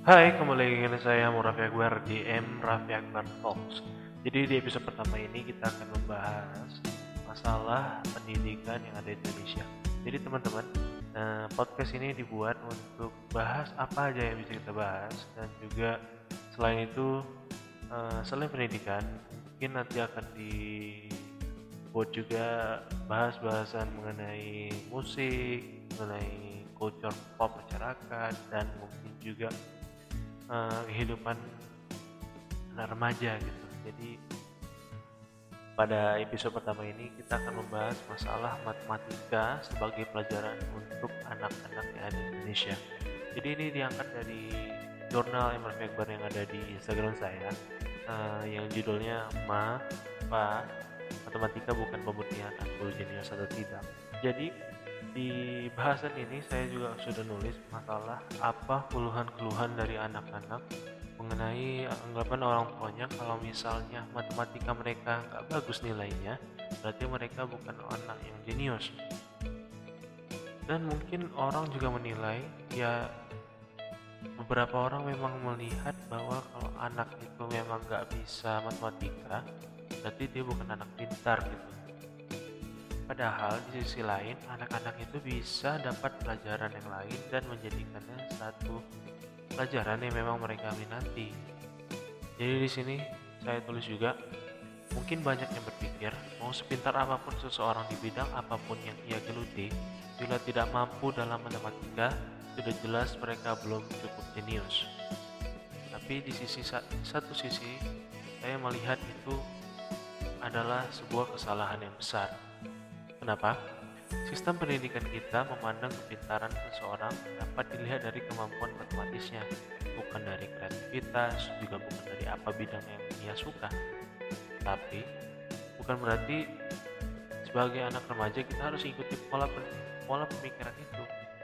Hai, kembali lagi dengan saya Raffi Akbar di Raffi Akbar Talks. Jadi di episode pertama ini kita akan membahas masalah pendidikan yang ada di Indonesia. Jadi teman-teman, podcast ini dibuat untuk bahas apa aja yang bisa kita bahas, dan juga selain itu, selain pendidikan, mungkin nanti akan dibuat juga bahas-bahasan mengenai musik, mengenai culture pop masyarakat, dan mungkin juga kehidupan anak remaja gitu. Jadi pada episode pertama ini kita akan membahas masalah matematika sebagai pelajaran untuk anak-anak yang ada di Indonesia. Jadi ini diangkat dari jurnal Raffi Akbar yang ada di Instagram saya, yang judulnya Pa, Matematika Bukan Pembuktian Aku Jenius atau Tidak. Jadi di bahasan ini saya juga sudah nulis masalah apa keluhan-keluhan dari anak-anak mengenai anggapan orang tuanya kalau misalnya matematika mereka nggak bagus nilainya, berarti mereka bukan anak yang jenius. Dan mungkin orang juga menilai, ya beberapa orang memang melihat bahwa kalau anak itu memang nggak bisa matematika, berarti dia bukan anak pintar gitu. Padahal di sisi lain, anak-anak itu bisa dapat pelajaran yang lain dan menjadikannya satu pelajaran yang memang mereka minati. Jadi di sini saya tulis juga, mungkin banyak yang berpikir, mau sepintar apapun seseorang di bidang apapun yang ia geluti, bila tidak mampu dalam matematika, sudah jelas mereka belum cukup jenius. Tapi di satu sisi, saya melihat itu adalah sebuah kesalahan yang besar. Kenapa? Sistem pendidikan kita memandang kepintaran seseorang dapat dilihat dari kemampuan matematisnya, bukan dari kreativitas, juga bukan dari apa bidang yang ia suka. Tapi, bukan berarti sebagai anak remaja kita harus ikuti pola pemikiran itu.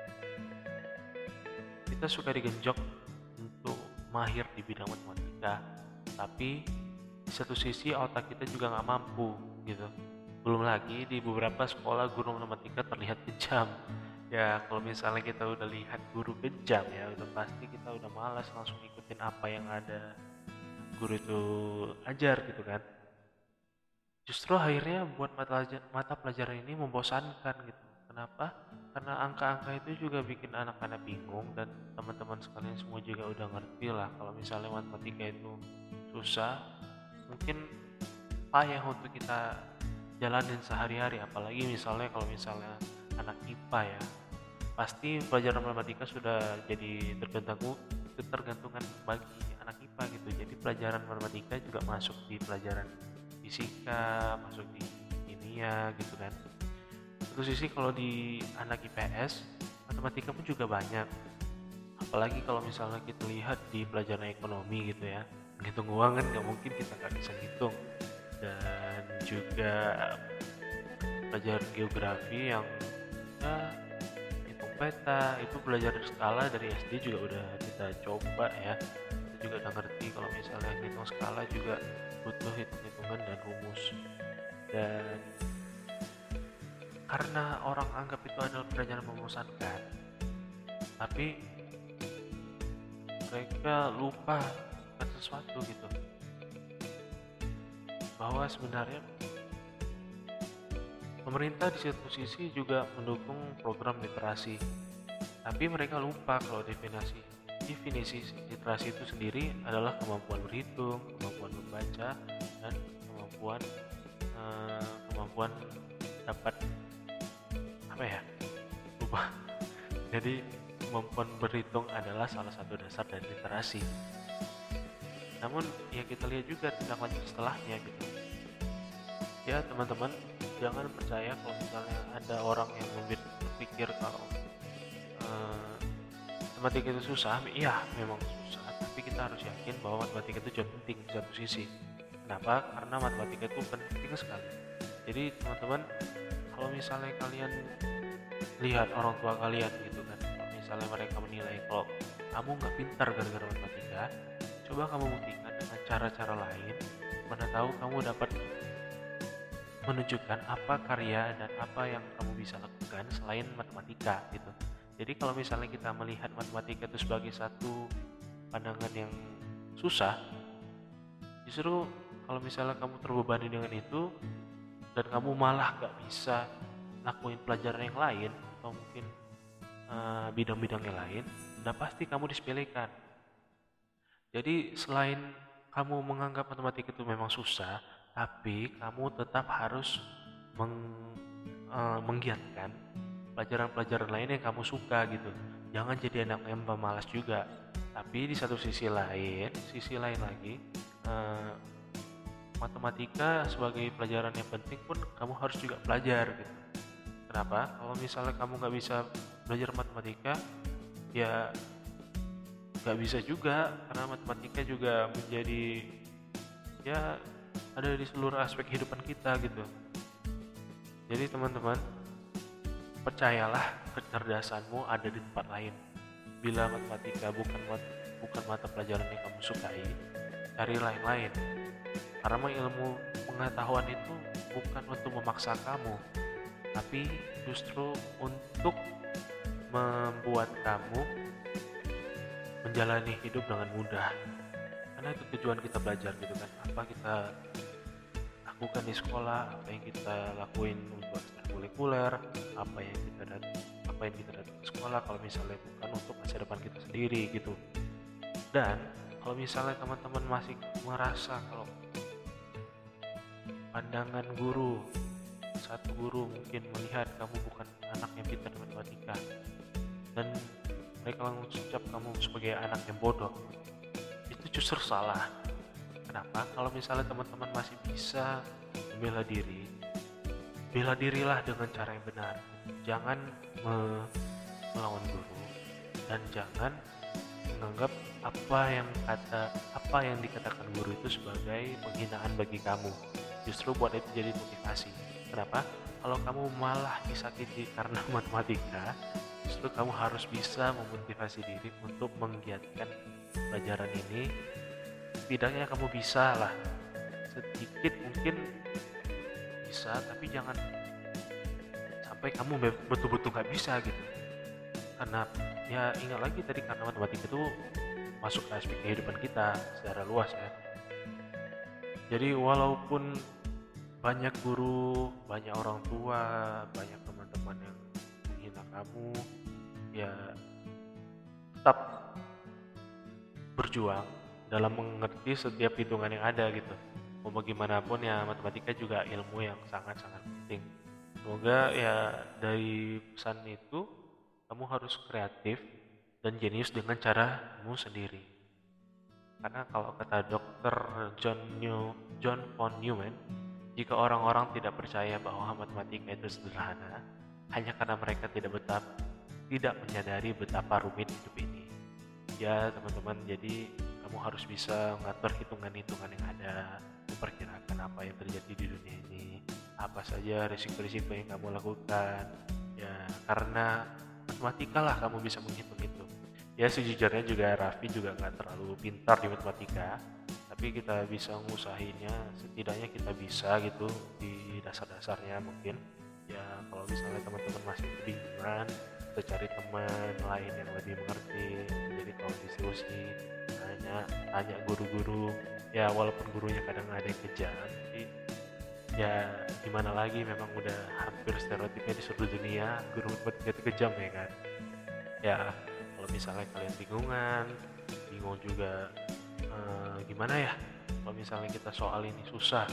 Kita suka digenjot untuk mahir di bidang matematika, tapi di satu sisi otak kita juga nggak mampu gitu. Belum lagi di beberapa sekolah guru matematika terlihat kejam. Ya kalau misalnya kita udah lihat guru kejam, ya udah pasti kita udah malas langsung ikutin apa yang ada guru itu ajar gitu kan. Justru akhirnya buat mata pelajaran ini membosankan gitu. Kenapa? Karena angka-angka itu juga bikin anak-anak bingung, dan teman-teman sekalian semua juga udah ngerti lah kalau misalnya matematika itu susah, mungkin payah untuk kita jalanin sehari-hari. Apalagi misalnya kalau misalnya anak IPA, ya pasti pelajaran matematika sudah jadi ketergantungan bagi anak IPA gitu. Jadi pelajaran matematika juga masuk di pelajaran fisika, masuk di kimia gitu kan. Satu sisi kalau di anak IPS, matematika pun juga banyak. Apalagi kalau misalnya kita lihat di pelajaran ekonomi gitu ya, ngitung uang kan nggak mungkin kita nggak bisa ngitung. Dan juga pelajaran geografi yang ya hitung peta, itu pelajaran skala dari SD juga udah kita coba ya. Kita juga udah ngerti kalau misalnya hitung skala juga butuh hitung-hitungan dan rumus. Dan karena orang anggap itu adalah pelajaran membosankan, tapi mereka lupa akan sesuatu gitu, bahwa sebenarnya pemerintah di satu sisi juga mendukung program literasi, tapi mereka lupa kalau definisi literasi itu sendiri adalah kemampuan berhitung, kemampuan membaca, dan kemampuan dapat apa ya? Lupa. Jadi kemampuan berhitung adalah salah satu dasar dari literasi. Namun ya kita lihat juga tindak lanjut setelahnya gitu. Ya teman-teman, jangan percaya kalau misalnya ada orang yang berpikir kalau matematika itu susah. Iya memang susah, tapi kita harus yakin bahwa matematika itu juga penting di satu sisi. Kenapa? Karena matematika itu penting sekali. Jadi teman-teman, kalau misalnya kalian lihat orang tua kalian gitu kan, kalau misalnya mereka menilai kalau kamu nggak pintar gara-gara matematika, coba kamu buktikan dengan cara-cara lain. Mana tahu kamu dapat menunjukkan apa karya dan apa yang kamu bisa lakukan selain matematika gitu. Jadi kalau misalnya kita melihat matematika itu sebagai satu pandangan yang susah, justru kalau misalnya kamu terbebani dengan itu dan kamu malah gak bisa lakuin pelajaran yang lain atau mungkin bidang-bidang yang lain, udah pasti kamu disepelekan. Jadi selain kamu menganggap matematika itu memang susah, tapi kamu tetap harus menggiatkan pelajaran-pelajaran lain yang kamu suka gitu. Jangan jadi anak yang pemalas juga. Tapi di satu sisi lain lagi, matematika sebagai pelajaran yang penting pun kamu harus juga belajar gitu. Kenapa? Kalau misalnya kamu nggak bisa belajar matematika, ya nggak bisa juga, karena matematika juga menjadi ya ada di seluruh aspek kehidupan kita gitu. Jadi teman-teman, percayalah kecerdasanmu ada di tempat lain. Bila matematika bukan mata pelajaran yang kamu sukai, cari lain-lain. Karena ilmu pengetahuan itu bukan untuk memaksa kamu, tapi justru untuk membuat kamu menjalani hidup dengan mudah. Karena itu tujuan kita belajar gitu kan. Apa kita lakukan di sekolah, apa yang kita lakuin untuk ekstrakurikuler, apa yang kita datang ke sekolah kalau misalnya bukan untuk masa depan kita sendiri gitu. Dan kalau misalnya teman-teman masih merasa kalau pandangan satu guru mungkin melihat kamu bukan anak yang pintar matematika dan mereka langsung ucap kamu sebagai anak yang bodoh, itu justru salah. Kenapa? Kalau misalnya teman-teman masih bisa membela diri, bela dirilah dengan cara yang benar. Jangan melawan guru dan jangan menganggap apa yang dikatakan guru itu sebagai penghinaan bagi kamu. Justru buat itu jadi motivasi. Kenapa? Kalau kamu malah disakiti karena matematika, justru kamu harus bisa memotivasi diri untuk menggiatkan pelajaran ini. Setidaknya kamu bisa lah, sedikit mungkin bisa, tapi jangan sampai kamu betul-betul gak bisa gitu. Karena ya ingat lagi tadi, karena matematika itu masuk ke aspek kehidupan kita secara luas ya. Jadi walaupun banyak guru, banyak orang tua, banyak teman-teman yang menghina kamu, ya tetap berjuang dalam mengerti setiap hitungan yang ada gitu. Mau bagaimanapun ya, matematika juga ilmu yang sangat-sangat penting. Semoga ya dari pesan itu kamu harus kreatif dan jenius dengan caramu sendiri. Karena kalau kata Dr. John von Neumann, jika orang-orang tidak percaya bahwa matematika itu sederhana, hanya karena mereka tidak menyadari betapa rumit hidup ini. Ya teman-teman, jadi kamu harus bisa mengatur hitungan-hitungan yang ada, memperkirakan apa yang terjadi di dunia ini, apa saja risiko-risiko yang kamu lakukan. Ya karena matematika lah kamu bisa menghitung itu. Ya sejujurnya juga Raffi juga nggak terlalu pintar di matematika, tapi kita bisa ngusahinnya, setidaknya kita bisa gitu di dasar-dasarnya mungkin. Ya kalau misalnya teman-teman masih kebingungan, kita cari teman lain yang lebih mengerti, jadi kalau diskusi, tanya guru-guru. Ya walaupun gurunya kadang ada yang kejam, tapi ya gimana lagi, memang udah hampir stereotipnya di seluruh dunia guru matematika itu kejam ya kan. Ya kalau misalnya kalian bingung juga gimana ya kalau misalnya kita soal ini susah,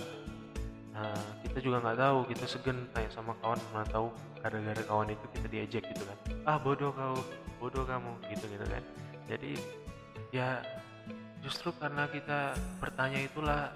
kita juga nggak tahu, kita segen kayak sama kawan, mana tahu gara-gara kawan itu kita diejek gitu kan, bodoh kamu gitu kan. Jadi ya justru karena kita bertanya itulah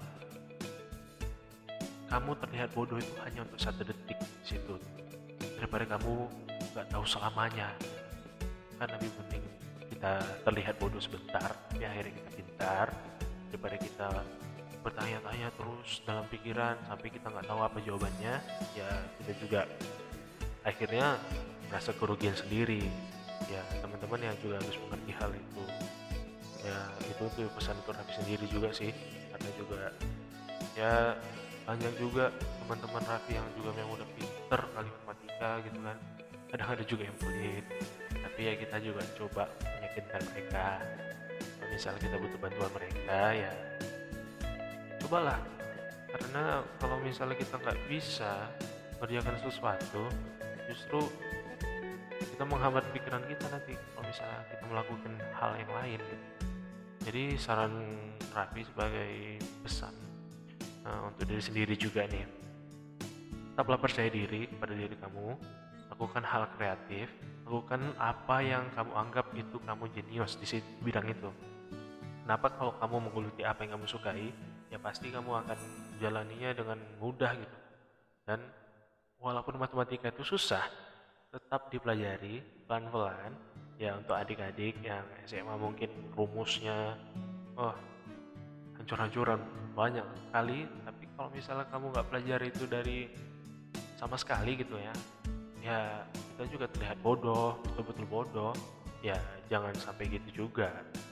kamu terlihat bodoh itu hanya untuk 1 detik di situ, daripada kamu nggak tahu selamanya. Kan lebih penting kita terlihat bodoh sebentar, tapi akhirnya kita pintar, daripada kita bertanya-tanya terus dalam pikiran sampai kita nggak tahu apa jawabannya. Ya kita juga akhirnya merasa kerugian sendiri. Ya teman-teman yang juga harus mengerti hal itu. Ya itu tuh pesan untuk Raffi sendiri juga sih, karena juga ya banyak juga teman-teman Raffi yang juga memang udah pinter kali matematika gitu kan. Kadang ada juga yang pelit, tapi ya kita juga coba meyakinkan mereka kalau misal kita butuh bantuan mereka, ya cobalah. Karena kalau misalnya kita nggak bisa mengerjakan sesuatu, justru kita menghambat pikiran kita nanti kalau misalnya kita melakukan hal yang lain gitu. Jadi saran Raffi sebagai pesan untuk diri sendiri juga nih, tetaplah percaya diri pada diri kamu, lakukan hal kreatif, lakukan apa yang kamu anggap itu kamu jenius di bidang itu. Kenapa? Kalau kamu menggeluti apa yang kamu sukai, ya pasti kamu akan menjalaninya dengan mudah gitu. Dan walaupun matematika itu susah, tetap dipelajari pelan-pelan. Ya untuk adik-adik yang SMA mungkin rumusnya hancur-hancuran banyak kali, tapi kalau misalnya kamu nggak pelajari itu dari sama sekali gitu ya, ya kita juga terlihat bodoh, betul-betul bodoh. Ya jangan sampai gitu juga.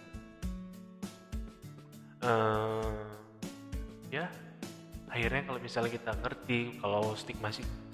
Ya akhirnya kalau misalnya kita ngerti kalau stigma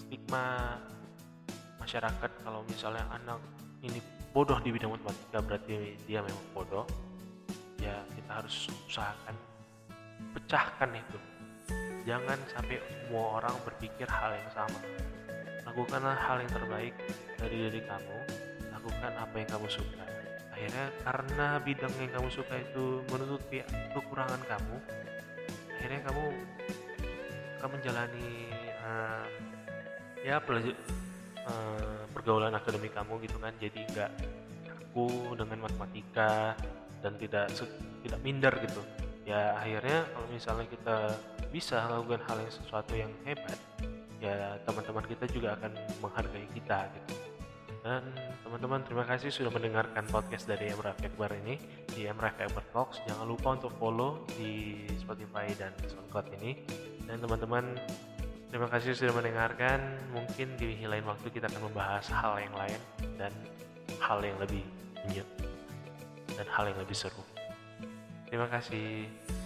masyarakat kalau misalnya anak ini bodoh di bidang matematika berarti dia memang bodoh, ya kita harus usahakan pecahkan itu. Jangan sampai semua orang berpikir hal yang sama. Lakukanlah hal yang terbaik dari diri kamu, lakukan apa yang kamu suka. Akhirnya karena bidang yang kamu suka itu menutupi kekurangan kamu, akhirnya kamu akan menjalani pergaulan akademik kamu gitu kan, jadi nggak kaku dengan matematika dan tidak minder gitu. Ya akhirnya kalau misalnya kita bisa melakukan hal yang sesuatu yang hebat, ya teman-teman kita juga akan menghargai kita gitu. Dan teman-teman, terima kasih sudah mendengarkan podcast dari Emraffi Akbar ini di Emraffi Akbar Talks. Jangan lupa untuk follow di Spotify dan SoundCloud ini. Dan teman-teman, terima kasih sudah mendengarkan. Mungkin di lain waktu kita akan membahas hal yang lain dan hal yang lebih lanjut dan hal yang lebih seru. Terima kasih.